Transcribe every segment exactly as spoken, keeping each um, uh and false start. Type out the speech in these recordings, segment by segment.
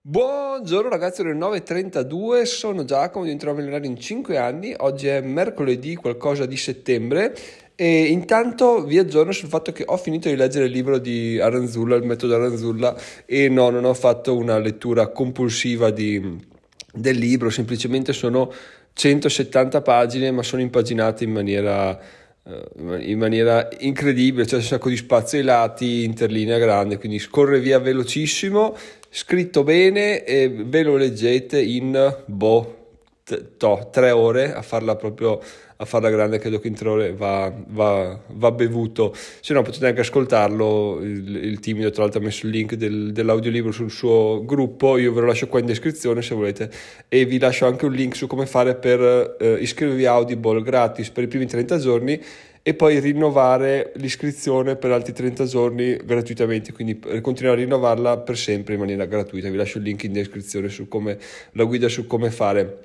Buongiorno ragazzi, ore nove e trentadue, sono Giacomo, diventerò milionario in cinque anni, oggi è mercoledì qualcosa di settembre e intanto vi aggiorno sul fatto che ho finito di leggere il libro di Aranzulla, il metodo Aranzulla, e no, non ho fatto una lettura compulsiva di, del libro, semplicemente sono centosettanta pagine ma sono impaginate in maniera... in maniera incredibile, c'è un sacco di spazio ai lati, interlinea grande, quindi scorre via velocissimo, scritto bene e ve lo leggete in boh, t- to, tre ore a farla proprio a farla grande. Credo che in tre ore va, va, va bevuto, se no potete anche ascoltarlo. Il, il timido tra l'altro ha messo il link del, dell'audiolibro sul suo gruppo, io ve lo lascio qua in descrizione se volete, e vi lascio anche un link su come fare per eh, iscrivervi a Audible gratis per i primi trenta giorni e poi rinnovare l'iscrizione per altri trenta giorni gratuitamente, quindi continuare a rinnovarla per sempre in maniera gratuita. Vi lascio il link in descrizione su come la guida su come fare.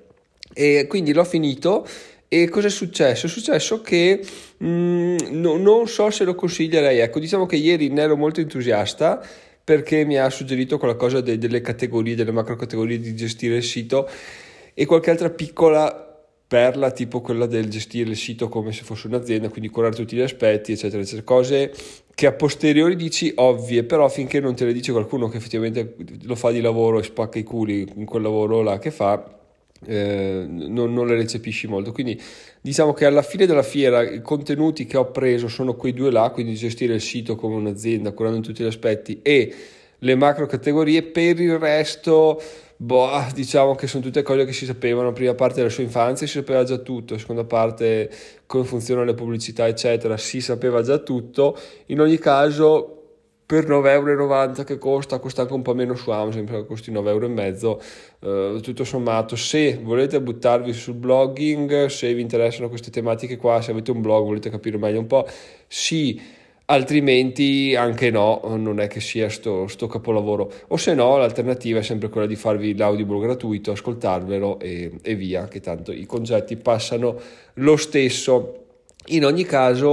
E quindi l'ho finito. E cosa è successo? È successo che mh, no, non so se lo consiglierei. Ecco, diciamo che ieri ne ero molto entusiasta perché mi ha suggerito quella cosa de- delle categorie, delle macro categorie, di gestire il sito e qualche altra piccola perla, tipo quella del gestire il sito come se fosse un'azienda, quindi curare tutti gli aspetti, eccetera, eccetera, cose che a posteriori dici ovvie, però finché non te le dice qualcuno che effettivamente lo fa di lavoro e spacca i culi in quel lavoro là che fa, eh, non, non le recepisci molto. Quindi diciamo che alla fine della fiera i contenuti che ho preso sono quei due là, quindi gestire il sito come un'azienda, curando tutti gli aspetti, e le macro categorie. Per il resto, boh, diciamo che sono tutte cose che si sapevano. Prima parte della sua infanzia si sapeva già tutto, seconda parte come funzionano le pubblicità eccetera si sapeva già tutto. In ogni caso per nove virgola novanta euro che costa, costa anche un po' meno su Amazon, perché costi nove virgola cinquanta euro, eh, tutto sommato. Se volete buttarvi sul blogging, se vi interessano queste tematiche qua, se avete un blog, volete capire meglio un po', sì, altrimenti anche no, non è che sia sto, sto capolavoro. O se no l'alternativa è sempre quella di farvi l'audible gratuito, ascoltarvelo e, e via, che tanto i concetti passano lo stesso. In ogni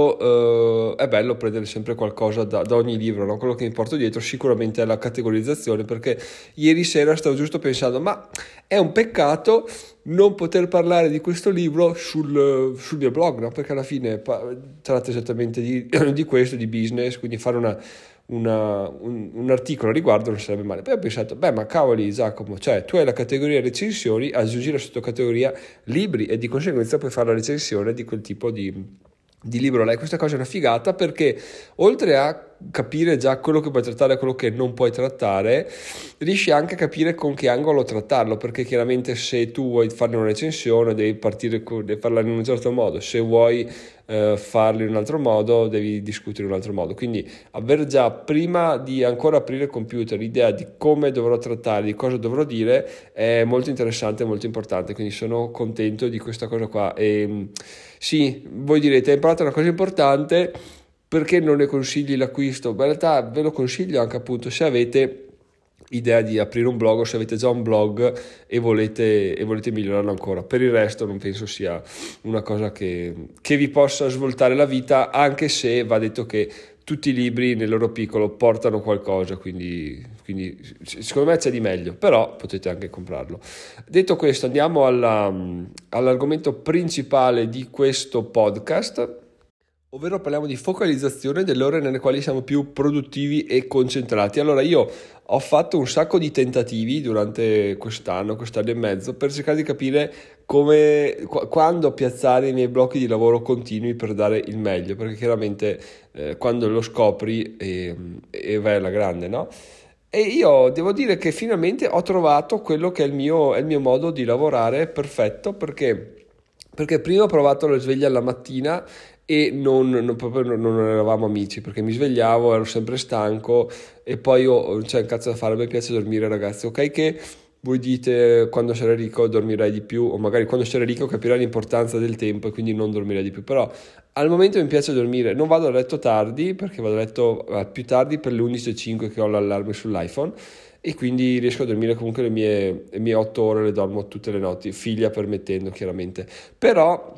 caso eh, è bello prendere sempre qualcosa da, da ogni libro, no? Quello che mi porto dietro sicuramente è la categorizzazione, perché ieri sera stavo giusto pensando, ma è un peccato non poter parlare di questo libro sul, sul mio blog, no? Perché alla fine pa- tratta esattamente di, di questo, di business, quindi fare una, una, un, un articolo a riguardo non sarebbe male. Poi ho pensato, beh, ma cavoli Giacomo, cioè tu hai la categoria recensioni, aggiungi la sottocategoria libri e di conseguenza puoi fare la recensione di quel tipo di di libro là. E questa cosa è una figata, perché oltre a capire già quello che puoi trattare e quello che non puoi trattare, riesci anche a capire con che angolo trattarlo, perché chiaramente se tu vuoi farne una recensione devi partire con, devi farla in un certo modo, se vuoi eh, farlo in un altro modo devi discutere in un altro modo. Quindi aver già, prima di ancora aprire il computer, l'idea di come dovrò trattare, di cosa dovrò dire, è molto interessante e molto importante, quindi sono contento di questa cosa qua. E sì, voi direte, hai imparato una cosa importante, perché non ne consigli l'acquisto? Ma in realtà ve lo consiglio anche appunto se avete idea di aprire un blog o se avete già un blog e volete, e volete migliorarlo ancora. Per il resto non penso sia una cosa che, che vi possa svoltare la vita, anche se va detto che tutti i libri nel loro piccolo portano qualcosa, quindi, quindi secondo me c'è di meglio, però potete anche comprarlo. Detto questo, andiamo alla, all'argomento principale di questo podcast, ovvero parliamo di focalizzazione, delle ore nelle quali siamo più produttivi e concentrati. Allora, io ho fatto un sacco di tentativi durante quest'anno, quest'anno e mezzo, per cercare di capire come, qu- quando piazzare i miei blocchi di lavoro continui per dare il meglio, perché chiaramente eh, quando lo scopri e, e vai alla grande, no? E io devo dire che finalmente ho trovato quello che è il mio, è il mio modo di lavorare perfetto, perché perché prima ho provato la sveglia alla mattina e non, non, proprio non, non eravamo amici, perché mi svegliavo, ero sempre stanco e poi io, c'è un cazzo da fare, a me piace dormire ragazzi, ok che voi dite quando sarai ricco dormirai di più, o magari quando sarai ricco capirai l'importanza del tempo e quindi non dormirai di più, però al momento mi piace dormire, non vado a letto tardi perché vado a letto eh, più tardi per le undici e cinque che ho l'allarme sull'iPhone, e quindi riesco a dormire comunque le mie, le mie otto ore, le dormo tutte le notti, figlia permettendo chiaramente. Però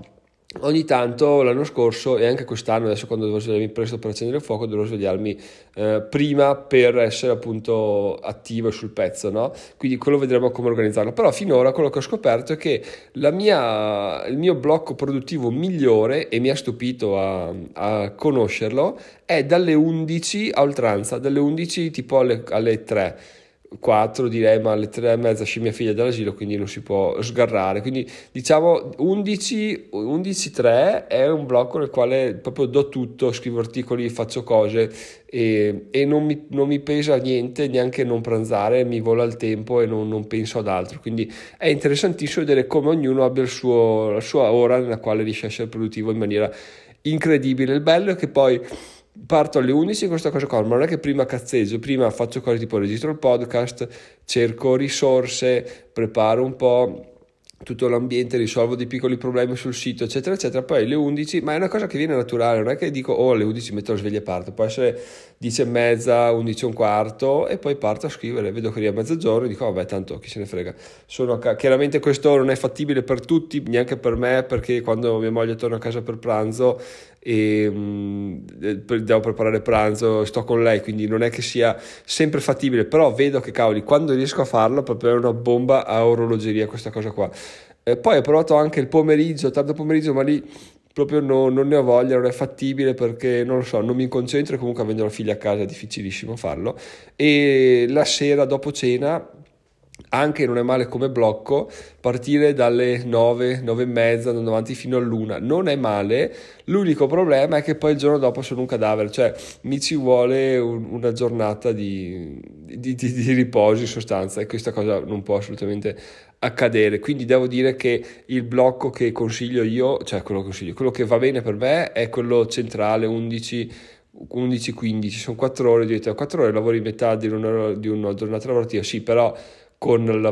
ogni tanto l'anno scorso e anche quest'anno, adesso quando devo svegliarmi presto per accendere il fuoco, devo svegliarmi eh, prima per essere appunto attivo sul pezzo, no? Quindi quello vedremo come organizzarlo. Però finora quello che ho scoperto è che la mia, il mio blocco produttivo migliore, e mi ha stupito a, a conoscerlo, è dalle undici a oltranza, dalle undici tipo alle, alle tre. quattro direi, ma alle tre e mezza esce mia figlia dall'asilo, quindi non si può sgarrare, quindi diciamo undici, undici tre è un blocco nel quale proprio do tutto, scrivo articoli, faccio cose e, e non, mi, non mi pesa niente, neanche non pranzare, mi vola il tempo e non, non penso ad altro, quindi è interessantissimo vedere come ognuno abbia il suo, la sua ora nella quale riesce a essere produttivo in maniera incredibile. Il bello è che poi parto alle undici con questa cosa qua, ma non è che prima cazzeggio, prima faccio cose tipo registro il podcast, cerco risorse, preparo un po' tutto l'ambiente, risolvo dei piccoli problemi sul sito, eccetera, eccetera. Poi alle undici, ma è una cosa che viene naturale, non è che dico, oh, alle undici metto la sveglia e parto, può essere dieci e mezza, undici e un quarto, e poi parto a scrivere, vedo che arriva a mezzogiorno e dico, vabbè, tanto chi se ne frega. Sono a ca- Chiaramente questo non è fattibile per tutti, neanche per me, perché quando mia moglie torna a casa per pranzo e mh, devo preparare pranzo, sto con lei, quindi non è che sia sempre fattibile, però vedo che cavoli, quando riesco a farlo proprio è una bomba a orologeria questa cosa qua. Eh, poi ho provato anche il pomeriggio, tardo pomeriggio, ma lì proprio no, non ne ho voglia, non è fattibile perché non lo so, non mi concentro e comunque avendo la figlia a casa è difficilissimo farlo. E la sera dopo cena anche non è male come blocco partire dalle nove, nove e mezza, andando avanti fino all'una, non è male. L'unico problema è che poi il giorno dopo sono un cadavere, cioè mi ci vuole un, una giornata di, di, di, di riposo in sostanza, e questa cosa non può assolutamente accadere. Quindi devo dire che il blocco che consiglio io, cioè quello che consiglio, quello che va bene per me è quello centrale, undici undici quindici, sono quattro ore, di quattro ore, lavori metà di una, di una giornata lavorativa, sì, però con la,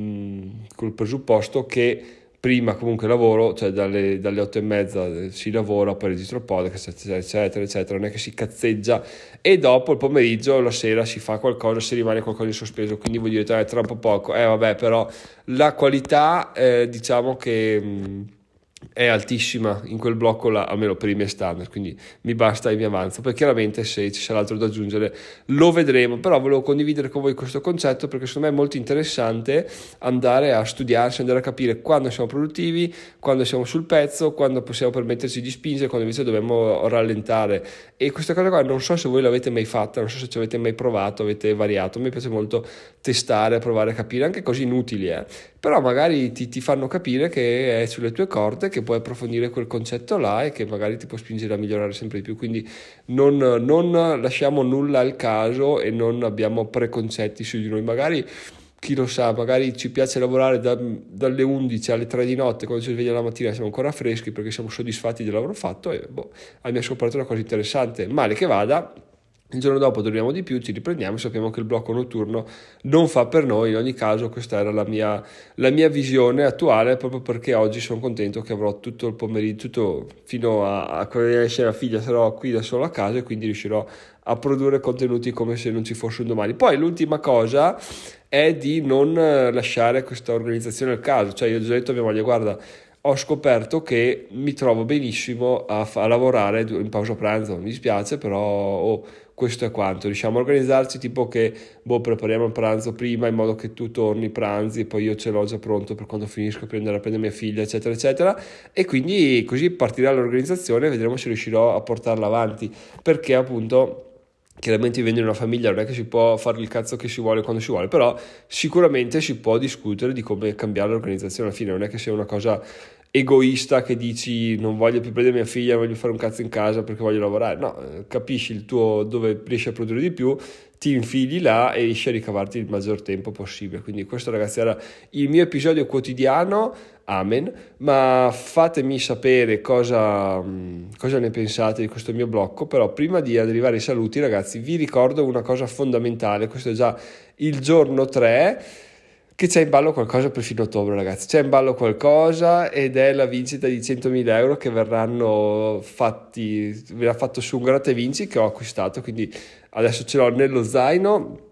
mh, col presupposto che prima comunque lavoro, cioè dalle, dalle otto e mezza si lavora, poi registro il podcast, eccetera, eccetera, eccetera, non è che si cazzeggia, e dopo il pomeriggio, la sera si fa qualcosa, si rimane qualcosa in sospeso, quindi voi direte, è troppo poco, eh vabbè, però la qualità, eh, diciamo che... Mh, è altissima in quel blocco là, almeno per i miei standard, quindi mi basta e mi avanzo. Poi chiaramente se ci sarà altro da aggiungere lo vedremo, però volevo condividere con voi questo concetto perché secondo me è molto interessante andare a studiarsi, andare a capire quando siamo produttivi, quando siamo sul pezzo, quando possiamo permetterci di spingere, quando invece dobbiamo rallentare. E questa cosa qua non so se voi l'avete mai fatta, non so se ci avete mai provato, avete variato. A me piace molto testare, provare a capire, anche cose inutili, eh. Però magari ti, ti fanno capire che è sulle tue corde, che puoi approfondire quel concetto là e che magari ti può spingere a migliorare sempre di più. Quindi non, non lasciamo nulla al caso e non abbiamo preconcetti su di noi. Magari, chi lo sa, magari ci piace lavorare da, dalle undici alle tre di notte, quando ci sveglia la mattina siamo ancora freschi perché siamo soddisfatti del lavoro fatto e boh, abbiamo scoperto una cosa interessante. Male che vada, il giorno dopo dormiamo di più, ci riprendiamo e sappiamo che il blocco notturno non fa per noi. In ogni caso questa era la mia, la mia visione attuale, proprio perché oggi sono contento che avrò tutto il pomeriggio, tutto fino a, a quando esce la figlia, sarò qui da solo a casa e quindi riuscirò a produrre contenuti come se non ci fosse un domani. Poi l'ultima cosa è di non lasciare questa organizzazione al caso, cioè io ho già detto a mia moglie, guarda, ho scoperto che mi trovo benissimo a, a lavorare in pausa pranzo, mi dispiace però oh, questo è quanto, riusciamo a organizzarci tipo che boh, prepariamo il pranzo prima in modo che tu torni, pranzi e poi io ce l'ho già pronto per quando finisco per andare a prendere mia figlia, eccetera eccetera, e quindi così partirà l'organizzazione e vedremo se riuscirò a portarla avanti, perché appunto chiaramente vivendo in una famiglia non è che si può fare il cazzo che si vuole quando si vuole, però sicuramente si può discutere di come cambiare l'organizzazione. Alla fine non è che sia una cosa egoista che dici non voglio più prendere mia figlia, voglio fare un cazzo in casa perché voglio lavorare. No, capisci il tuo dove riesci a produrre di più, ti infili là e riesci a ricavarti il maggior tempo possibile. Quindi questo, ragazzi, era il mio episodio quotidiano, amen, ma fatemi sapere cosa, cosa ne pensate di questo mio blocco. Però prima di arrivare ai saluti, ragazzi, vi ricordo una cosa fondamentale. Questo è già il giorno tre, che c'è in ballo qualcosa per fine ottobre, ragazzi, c'è in ballo qualcosa ed è la vincita di centomila euro che verranno fatti, verrà fatto su un gratta e vinci che ho acquistato, quindi adesso ce l'ho nello zaino,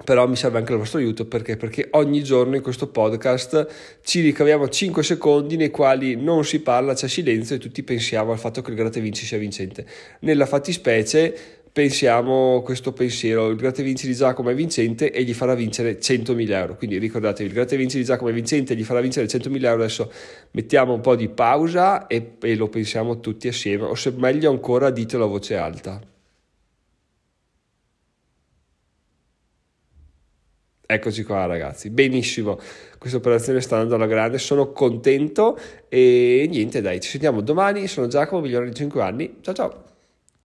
però mi serve anche il vostro aiuto perché? Perché ogni giorno in questo podcast ci ricaviamo cinque secondi nei quali non si parla, c'è silenzio e tutti pensiamo al fatto che il gratta e vinci sia vincente. Nella fattispecie pensiamo questo pensiero: il gratta e vinci di Giacomo è vincente e gli farà vincere centomila euro. Quindi ricordatevi, il gratta e vinci di Giacomo è vincente e gli farà vincere centomila euro. Adesso mettiamo un po' di pausa e, e lo pensiamo tutti assieme, o se meglio ancora ditelo a voce alta. Eccoci qua ragazzi, benissimo, questa operazione sta andando alla grande, sono contento e niente dai, ci sentiamo domani, sono Giacomo, migliore di cinque anni, ciao ciao!